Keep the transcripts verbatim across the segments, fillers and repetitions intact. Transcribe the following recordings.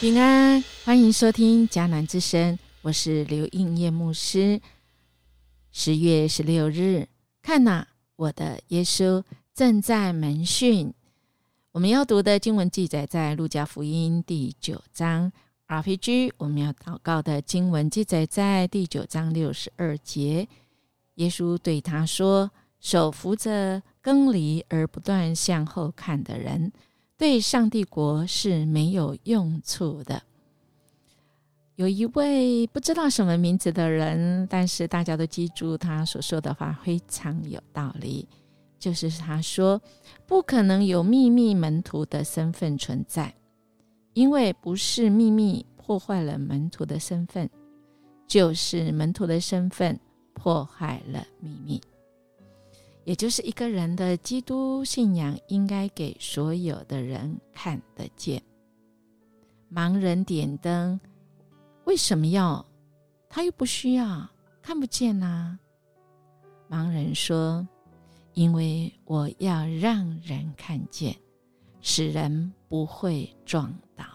平安，欢迎收听迦南之声，我是刘应叶牧师。十月十六日，看哪，我的耶稣正在门训。我们要读的经文记载在路加福音第九章。 R P G 我们要祷告的经文记载在第九章六十二节。耶稣对他说，手扶着耕犁而不断向后看的人，对上帝国是没有用处的。有一位不知道什么名字的人，但是大家都记住他所说的话非常有道理，就是他说，不可能有秘密门徒的身份存在，因为不是秘密破坏了门徒的身份，就是门徒的身份破坏了秘密。也就是一个人的基督信仰应该给所有的人看得见。盲人点灯，为什么要？他又不需要，看不见啊。盲人说，因为我要让人看见，使人不会撞倒。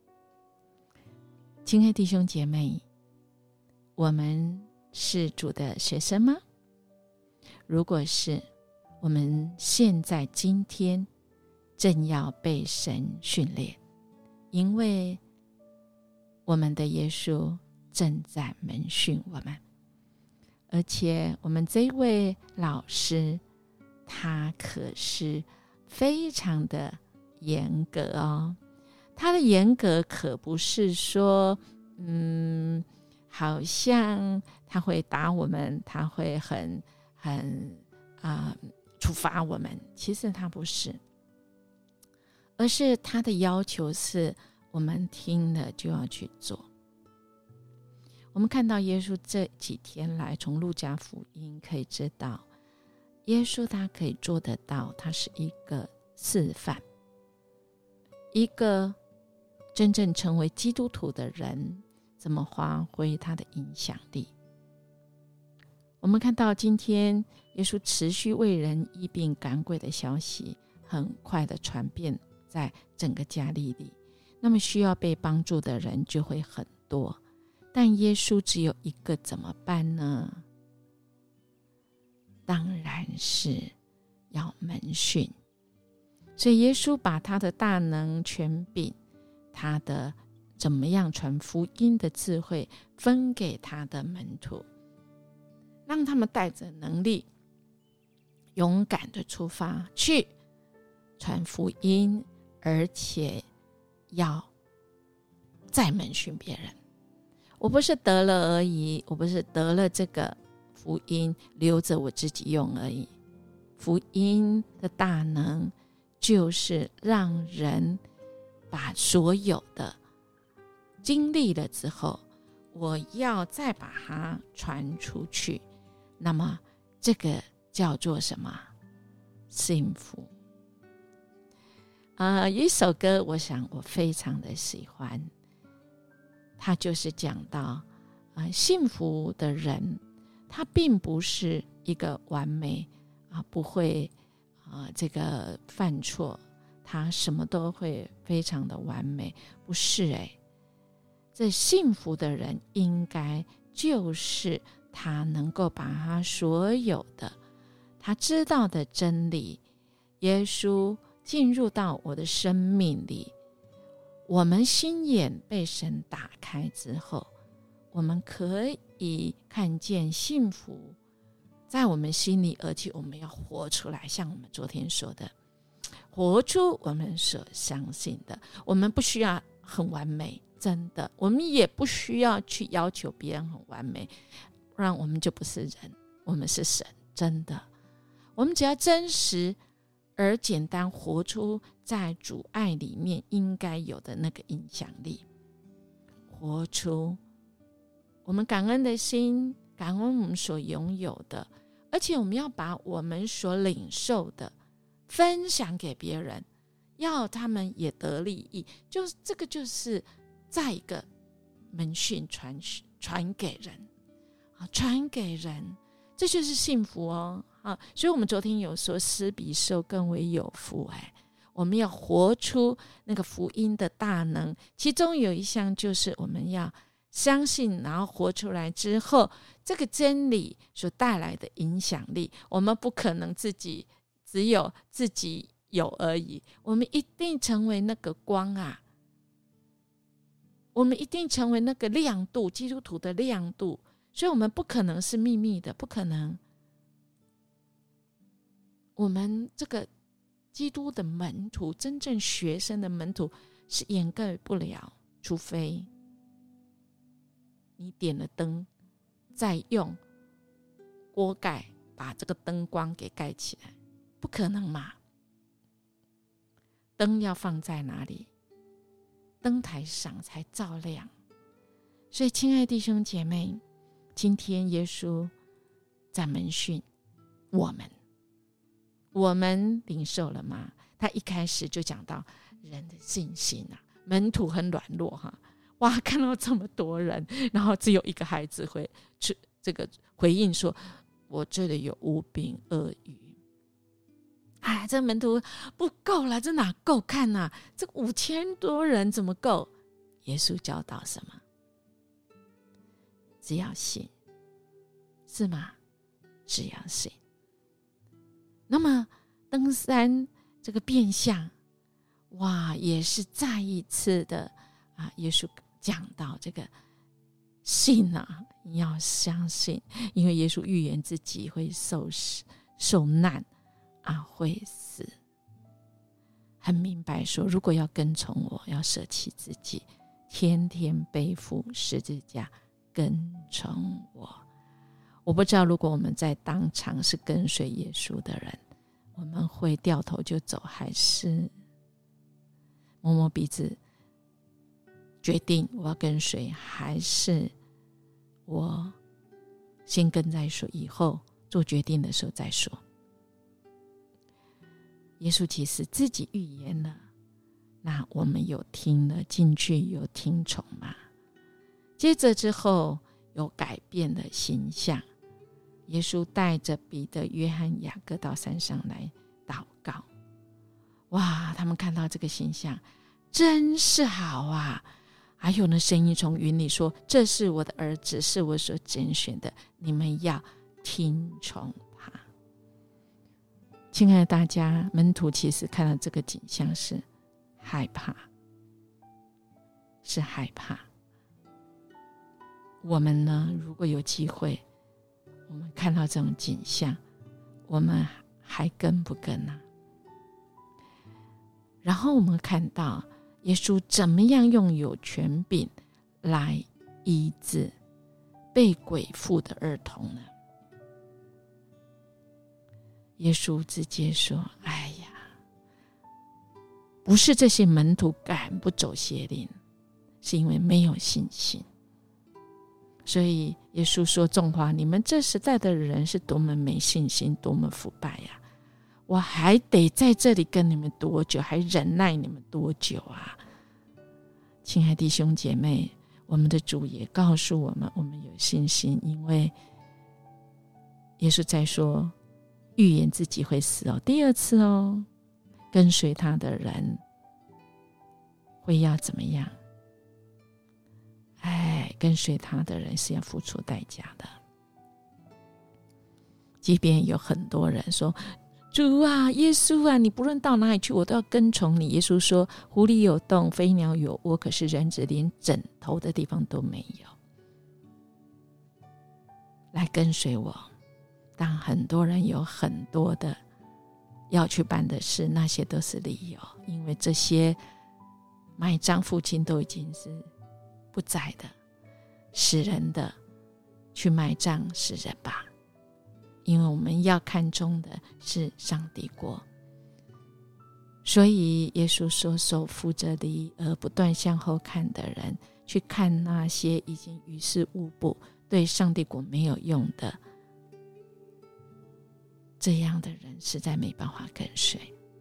亲爱弟兄姐妹，我们是主的学生吗？如果是，我们现在今天正要被神训练，因为我们的耶稣正在门训我们。而且我们这位老师，他可是非常的严格哦。他的严格可不是说嗯，好像他会打我们，他会很很啊、呃、处罚我们，其实他不是，而是他的要求是我们听了就要去做。我们看到耶稣这几天来，从路加福音可以知道，耶稣他可以做得到，他是一个示范，一个真正成为基督徒的人怎么发挥他的影响力。我们看到今天耶稣持续为人医病赶鬼的消息很快的传遍在整个加利利，那么需要被帮助的人就会很多，但耶稣只有一个，怎么办呢？当然是要门训。所以耶稣把他的大能权柄，他的怎么样传福音的智慧分给他的门徒，让他们带着能力勇敢的出发去传福音，而且要再门训别人。我不是得了而已，我不是得了这个福音留着我自己用而已。福音的大能就是让人把所有的经历了之后，我要再把它传出去，那么这个叫做什么？幸福。呃，有一首歌我想我非常的喜欢，它就是讲到、呃、幸福的人他并不是一个完美、呃、不会、呃、这个犯错，他什么都会非常的完美，不是耶。这幸福的人应该就是他能够把他所有的他知道的真理，耶稣进入到我的生命里，我们心眼被神打开之后，我们可以看见幸福在我们心里，而且我们要活出来，像我们昨天说的，活出我们所相信的。我们不需要很完美，真的，我们也不需要去要求别人很完美，不然我们就不是人，我们是神，真的。我们只要真实而简单活出在主爱里面应该有的那个影响力，活出我们感恩的心，感恩我们所拥有的，而且我们要把我们所领受的分享给别人，要他们也得利益，就是这个就是在一个门训传传给人，传给人，这就是幸福哦。所以我们昨天有说施比受更为有福，哎，我我们要活出那个福音的大能，其中有一项就是我们要相信，然后活出来之后，这个真理所带来的影响力，我们不可能自己只有自己有而已，我们一定成为那个光啊，我们一定成为那个亮度，基督徒的亮度，所以我们不可能是秘密的，不可能。我们这个基督的门徒，真正学生的门徒是掩盖不了，除非你点了灯，再用锅盖把这个灯光给盖起来，不可能嘛。灯要放在哪里？灯台上才照亮。所以亲爱弟兄姐妹，今天耶稣在门训我们，我们领受了吗？他一开始就讲到人的信心啊，门徒很软弱哈，哇，看到这么多人，然后只有一个孩子会这个回应说，我这里有五饼二鱼。哎，这门徒不够了，这哪够看啊？这五千多人怎么够？耶稣教导什么？只要信，是吗？只要信。那么登山这个变相，哇，也是再一次的啊，耶稣讲到这个信啊，你要相信，因为耶稣预言自己会受受难啊，会死，很明白说，如果要跟从我，要舍弃自己，天天背负十字架跟从我。我不知道如果我们在当场是跟随耶稣的人，我们会掉头就走，还是摸摸鼻子决定我要跟随，还是我先跟再说，以后做决定的时候再说。耶稣其实自己预言了，那我们有听了进去，有听从吗？接着之后有改变的形象，耶稣带着彼得、约翰、雅各到山上来祷告。哇，他们看到这个形象真是好啊！还有呢，声音从云里说，这是我的儿子，是我所拣选的，你们要听从他。亲爱的大家，门徒其实看到这个景象是害怕，是害怕。我们呢，如果有机会，我们看到这种景象，我们还跟不跟啊？然后我们看到耶稣怎么样用有权柄来医治被鬼附的儿童呢？耶稣直接说，哎呀，不是这些门徒赶不走邪灵，是因为没有信心。所以耶稣说重话，你们这时代的人是多么没信心，多么腐败呀！我还得在这里跟你们多久，还忍耐你们多久啊？亲爱的弟兄姐妹，我们的主也告诉我们，我们有信心，因为耶稣在说预言自己会死哦，第二次哦，跟随他的人会要怎么样？哎，跟随他的人是要付出代价的。即便有很多人说，主啊，耶稣啊，你不论到哪里去，我都要跟从你。耶稣说，狐狸有洞，飞鸟有窝，可是人子连枕头的地方都没有。来跟随我。当很多人有很多的要去办的事，那些都是理由，因为这些埋葬父亲都已经是不在的，死人的去埋葬死人吧，因为我们要看重的是上帝国。所以耶稣说，手扶着犁而不断向后看的人，去看那些已经于事无补，对上帝国没有用的，这样的人实在没办法跟随。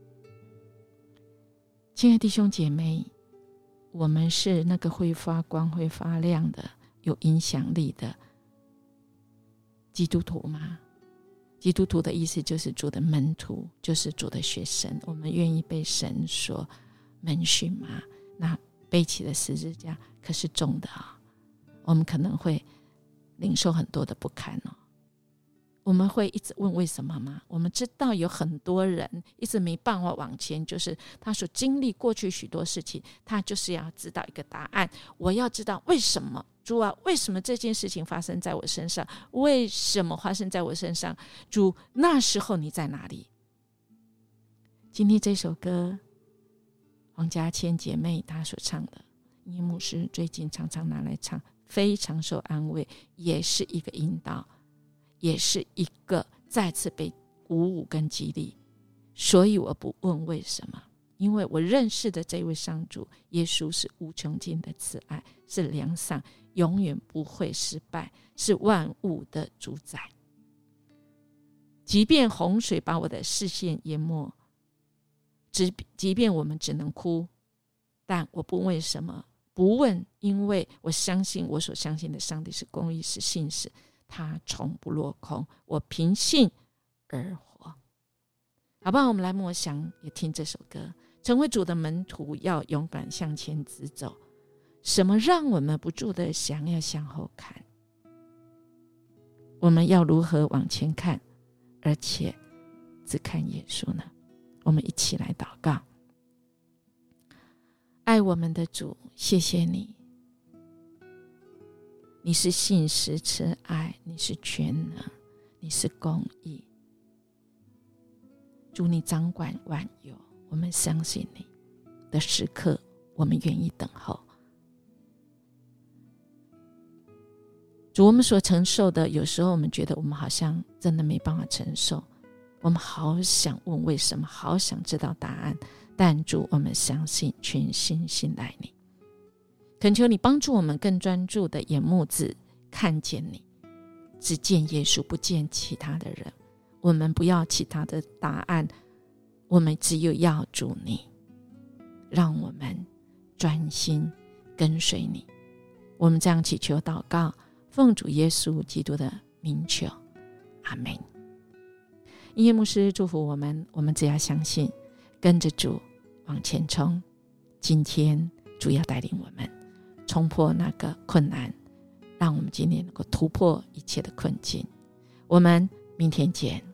亲爱的弟兄姐妹，我们是那个会发光会发亮的有影响力的基督徒吗？ 基督徒的意思就是主的门徒，就是主的学生。我们愿意被神所门训吗？那背起了十字架可是重的啊，我们可能会领受很多的不堪哦。我们会一直问为什么吗？我们知道有很多人一直没办法往前，就是他所经历过去许多事情，他就是要知道一个答案。我要知道为什么，主啊，为什么这件事情发生在我身上？为什么发生在我身上？主，那时候你在哪里？今天这首歌黄家千姐妹她所唱的，因为牧师最近常常拿来唱，非常受安慰，也是一个引导，也是一个再次被鼓舞跟激励。所以我不问为什么，因为我认识的这位上主耶稣是无穷尽的慈爱，是良善，永远不会失败，是万物的主宰。即便洪水把我的视线淹没，即便我们只能哭，但我不问为什么，不问，因为我相信我所相信的上帝是公义，是信实，他从不落空，我凭信而活。好不好？我们来默想，也听这首歌。成为主的门徒，要勇敢向前直走。什么让我们不住的想要向后看？我们要如何往前看，而且只看耶稣呢？我们一起来祷告。爱我们的主，谢谢你，你是信实慈爱，你是全能，你是公义。主，你掌管万有，我们相信你的时刻，我们愿意等候。主，我们所承受的，有时候我们觉得我们好像真的没办法承受，我们好想问为什么，好想知道答案，但主，我们相信，全心信赖你。恳求你帮助我们更专注的眼目只看见你，只见耶稣，不见其他的人。我们不要其他的答案，我们只有要主你，让我们专心跟随你。我们这样祈求祷告，奉主耶稣基督的名求，阿们。音乐牧师祝福我们，我们只要相信，跟着主往前冲。今天主要带领我们冲破那个困难，让我们今天能够突破一切的困境。我们明天见。